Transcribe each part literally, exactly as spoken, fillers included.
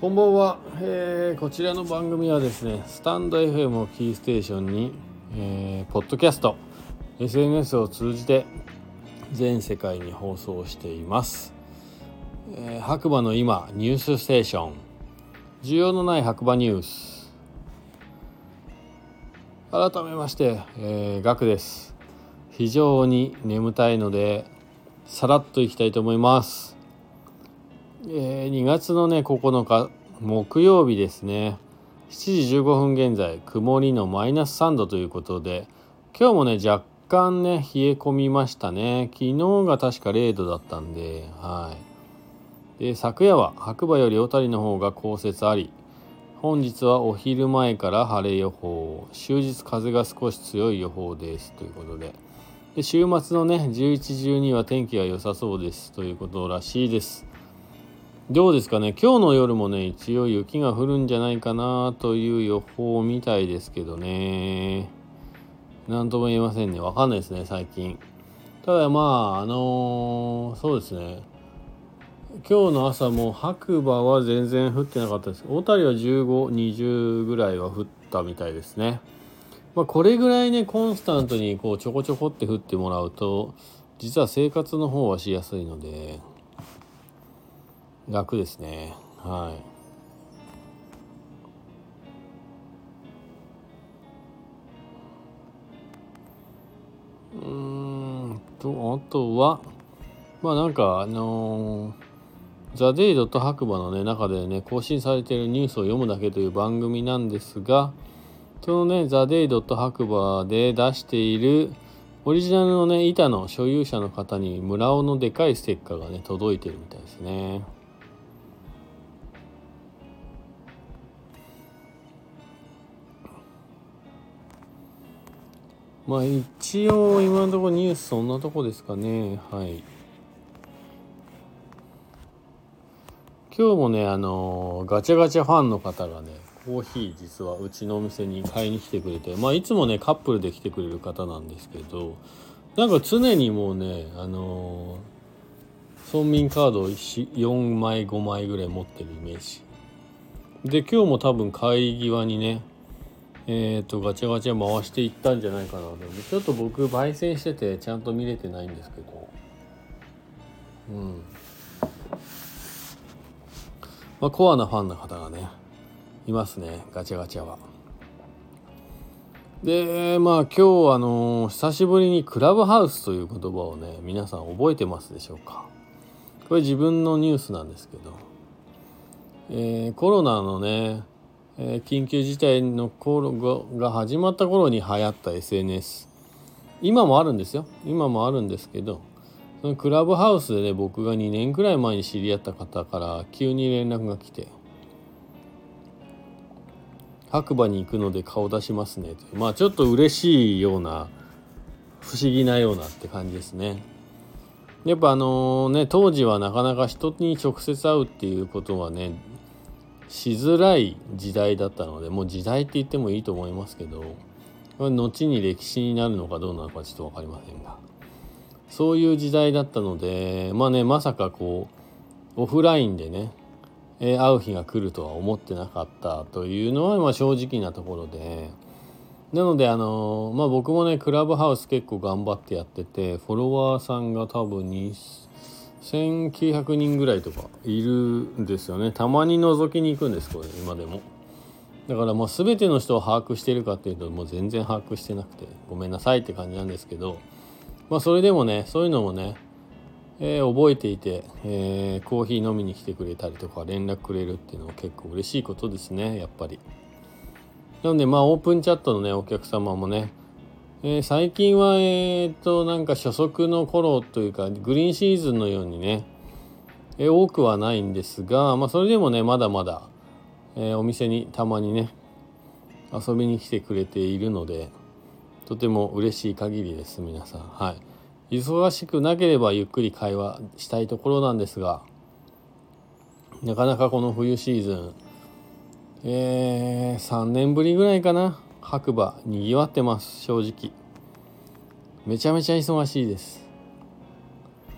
こんばんは、えー、こちらの番組はですね、スタンド エフエム をキーステーションに、えー、ポッドキャスト エスエヌエス を通じて全世界に放送しています、えー、白馬の今ニュースステーション、需要のない白馬ニュース。改めまして、えー、ガクです。非常に眠たいのでさらっといきたいと思います。えー、にがつのねここのか木曜日ですね。しちじじゅうごふん現在、曇りのマイナスさんどということで、今日もね若干ね冷え込みましたね。昨日が確かれいどだったんで、はい。で昨夜は白馬より小谷の方が降雪あり、本日はお昼前から晴れ予報、終日風が少し強い予報ですということで、で週末のねじゅういち、じゅうには天気が良さそうですということらしいです。どうですかね。今日の夜もね一応雪が降るんじゃないかなという予報みたいですけどね、なんとも言えませんね。わかんないですね最近。ただまああのー、そうですね、今日の朝も白馬は全然降ってなかったです。小谷はじゅうご、にじゅうぐらいは降ったみたいですね。まあこれぐらいねコンスタントにこうちょこちょこって降ってもらうと、実は生活の方はしやすいので楽ですね。はい。うーんとあとはまあなんかあのー、ザ・デイドと白馬のね中でね更新されているニュースを読むだけという番組なんですが、そのねザ・デイドと白馬で出しているオリジナルのね板の所有者の方に村尾のでかいステッカーがね届いてるみたいですね。まあ一応今のところニュースそんなとこですかね。はい。今日もねあのー、ガチャガチャファンの方がねコーヒー実はうちのお店に買いに来てくれて、まあいつもねカップルで来てくれる方なんですけど、なんか常にもうねあのー、村民カードをよんまいごまいぐらい持ってるイメージで、今日も多分帰り際にねえーとガチャガチャ回していったんじゃないかなと。ちょっと僕焙煎しててちゃんと見れてないんですけど、うんまあコアなファンの方がねいますね、ガチャガチャは。でまあ今日あのー、久しぶりにクラブハウスという言葉をね皆さん覚えてますでしょうか。これ自分のニュースなんですけど、えー、コロナのね、えー、緊急事態の頃が始まった頃に流行った エスエヌエス、 今もあるんですよ。今もあるんですけど、そのクラブハウスでね僕がにねんくらい前に知り合った方から急に連絡が来て、白馬に行くので顔出しますねと。まあちょっと嬉しいような不思議なようなって感じですね。やっぱあのね当時はなかなか人に直接会うっていうことはねしづらい時代だったので、もう時代って言ってもいいと思いますけど、これ後に歴史になるのかどうなのかちょっと分かりませんが、そういう時代だったので、まあねまさかこうオフラインでねえー、会う日が来るとは思ってなかったというのはまあ正直なところで、なのであのー、まあ僕もねクラブハウス結構頑張ってやってて、フォロワーさんが多分にせんきゅうひゃくにんぐらいとかいるんですよね。たまに覗きに行くんですこれ今でも。だからまあ全ての人を把握しているかっていうともう全然把握してなくてごめんなさいって感じなんですけど、まあそれでもねそういうのもねえー、覚えていて、えー、コーヒー飲みに来てくれたりとか連絡くれるっていうのは結構嬉しいことですね、やっぱり。なのでまあオープンチャットのねお客様もね、えー、最近はえー、っとなんか初速の頃というかグリーンシーズンのようにね、えー、多くはないんですが、まあそれでもねまだまだ、えー、お店にたまにね遊びに来てくれているので、とても嬉しい限りです皆さん。はい。忙しくなければゆっくり会話したいところなんですが、なかなかこの冬シーズン、えー、さんねんぶりぐらいかな、白馬にぎわってます正直。めちゃめちゃ忙しいです。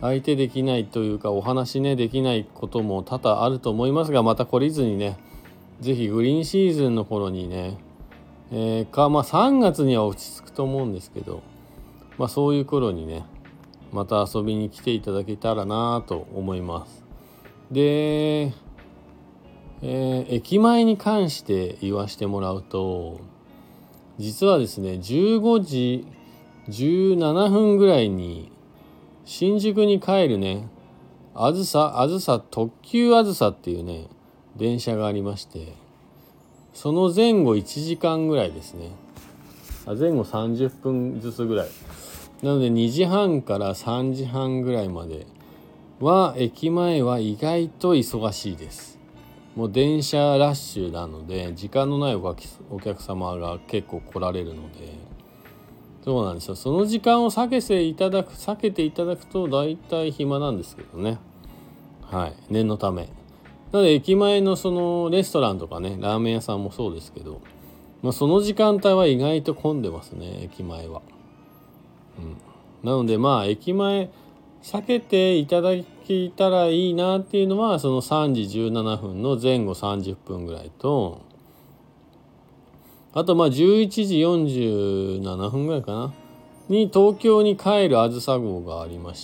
相手できないというかお話ねできないことも多々あると思いますが、また懲りずにね、ぜひグリーンシーズンの頃にね、えー、かまあさんがつには落ち着くと思うんですけど、まあそういう頃にねまた遊びに来ていただけたらなと思います。で、えー、駅前に関して言わせてもらうと、実はですねじゅうごじじゅうななふんぐらいに新宿に帰るねあずさあずさ特急あずさっていうね電車がありまして、その前後いちじかんぐらいですね。あ前後さんじゅっぷんずつぐらいなので、にじはんからさんじはんぐらいまでは駅前は意外と忙しいです。もう電車ラッシュなので時間のないお客様が結構来られるので、そうなんですよ。その時間を避けていただく避けていただくと大体暇なんですけどね。はい、念のため。なので駅前のそのレストランとかね、ラーメン屋さんもそうですけど、まあ、その時間帯は意外と混んでますね、駅前は。うん、なのでまあ駅前避けていただけたらいいなっていうのは、そのさんじじゅうななふんの前後さんじゅっぷんぐらいと、あとまあじゅういちじよんじゅうななふんぐらいかなに東京に帰るあずさ号がありまして、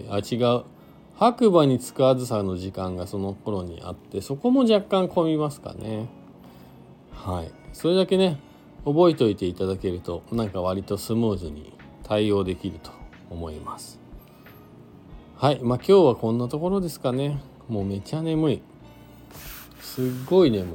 あ違う白馬に着くあずさの時間がその頃にあって、そこも若干混みますかね。はい、それだけね覚えておいていただけると、なんか割とスムーズに対応できると思います。はい、まあ今日はこんなところですかね。もうめちゃ眠い、すっごい眠い。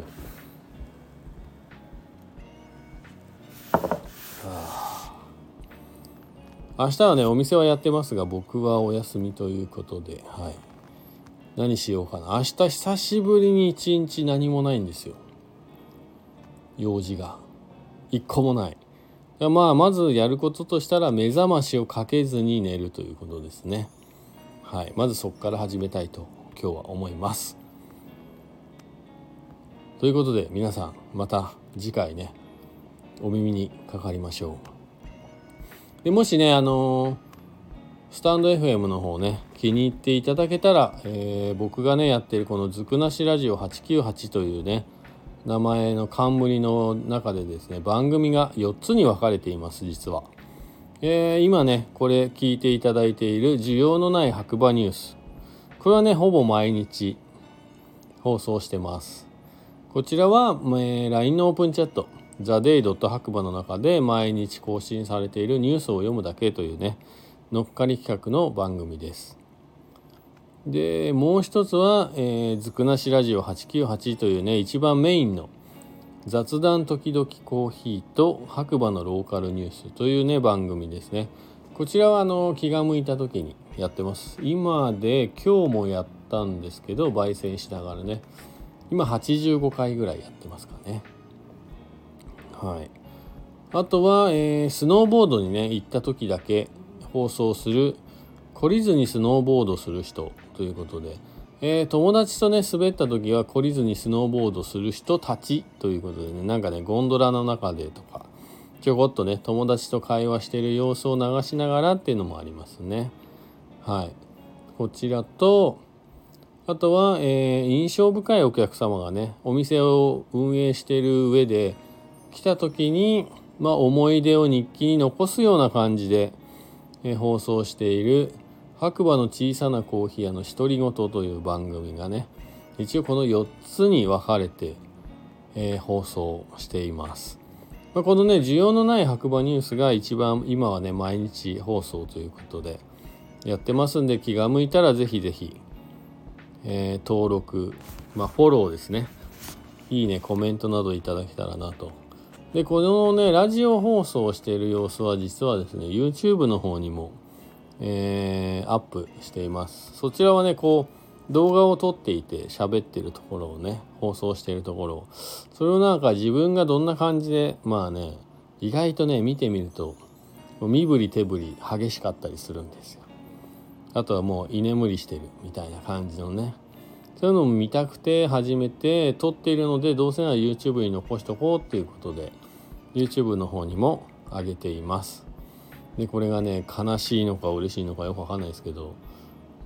明日はねお店はやってますが、僕はお休みということで、はい、何しようかな。明日久しぶりに一日何もないんですよ。用事が一個もない。まあまずやることとしたら目覚ましをかけずに寝るということですね。はい、まずそこから始めたいと今日は思います。ということで皆さんまた次回ねお耳にかかりましょう。でもしねあのー、スタンド エフエム の方ね気に入っていただけたら、えー、僕がねやってるこのずくなしラジオはちきゅうはちというね名前の冠の中でですね、番組がよっつに分かれています。実は、えー、今ねこれ聞いていただいている需要のない白馬ニュース、これはねほぼ毎日放送してます。こちらは、えー、ライン のオープンチャット ザデイ 白馬の中で毎日更新されているニュースを読むだけというね乗っかり企画の番組です。でもう一つは、えー、ずくなしラジオはちきゅうはちというね一番メインの雑談時々コーヒーと白馬のローカルニュースというね番組ですね。こちらはあの気が向いた時にやってます。今で今日もやったんですけど、焙煎しながらね今はちじゅうごかいぐらいやってますかね。はい。あとは、えー、スノーボードにね行った時だけ放送する懲りずにスノーボードする人ということで、えー、友達とね滑った時は懲りずにスノーボードする人たちということでね、なんかねゴンドラの中でとかちょこっとね友達と会話している様子を流しながらっていうのもありますね。はい、こちらとあとは、えー、印象深いお客様がねお店を運営している上で来た時に、まあ、思い出を日記に残すような感じで、えー、放送している白馬の小さなコーヒー屋の独り言という番組がね一応このよっつに分かれて、えー、放送しています。まあ、このね需要のない白馬ニュースが一番今はね毎日放送ということでやってますんで、気が向いたらぜひぜひ、えー、登録、まあ、フォローですね、いいねコメントなどいただけたらなと。でこのねラジオ放送している様子は実はですね YouTube の方にも、えー、アップしています。そちらはねこう動画を撮っていて喋ってるところをね放送しているところを、それをなんか自分がどんな感じでまあね意外とね見てみると身振り手振り激しかったりするんですよ。あとはもう居眠りしてるみたいな感じのね、そういうのも見たくて始めて撮っているので、どうせなら YouTube に残しとこうっていうことで YouTube の方にも上げています。でこれがね悲しいのか嬉しいのかよくわかんないですけど、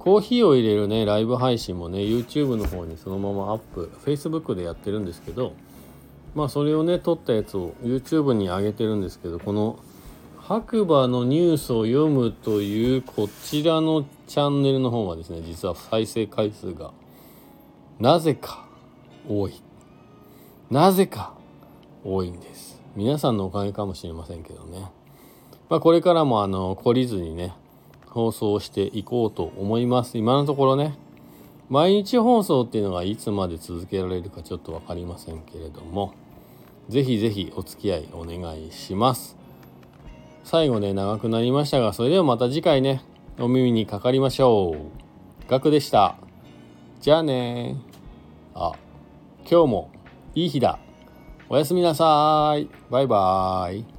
コーヒーを入れるねライブ配信もね YouTube の方にそのままアップ Facebook でやってるんですけど、まあそれをね撮ったやつを YouTube に上げてるんですけど、この白馬のニュースを読むというこちらのチャンネルの方がですね、実は再生回数がなぜか多いなぜか多いんです。皆さんのおかげかもしれませんけどね。まあこれからもあの懲りずにね放送していこうと思います。今のところね、毎日放送っていうのがいつまで続けられるかちょっと分かりませんけれども、ぜひぜひお付き合いお願いします。最後ね長くなりましたが、それではまた次回ねお耳にかかりましょう。ガクでした。じゃあね。あ、今日もいい日だ。おやすみなさい。バイバイ。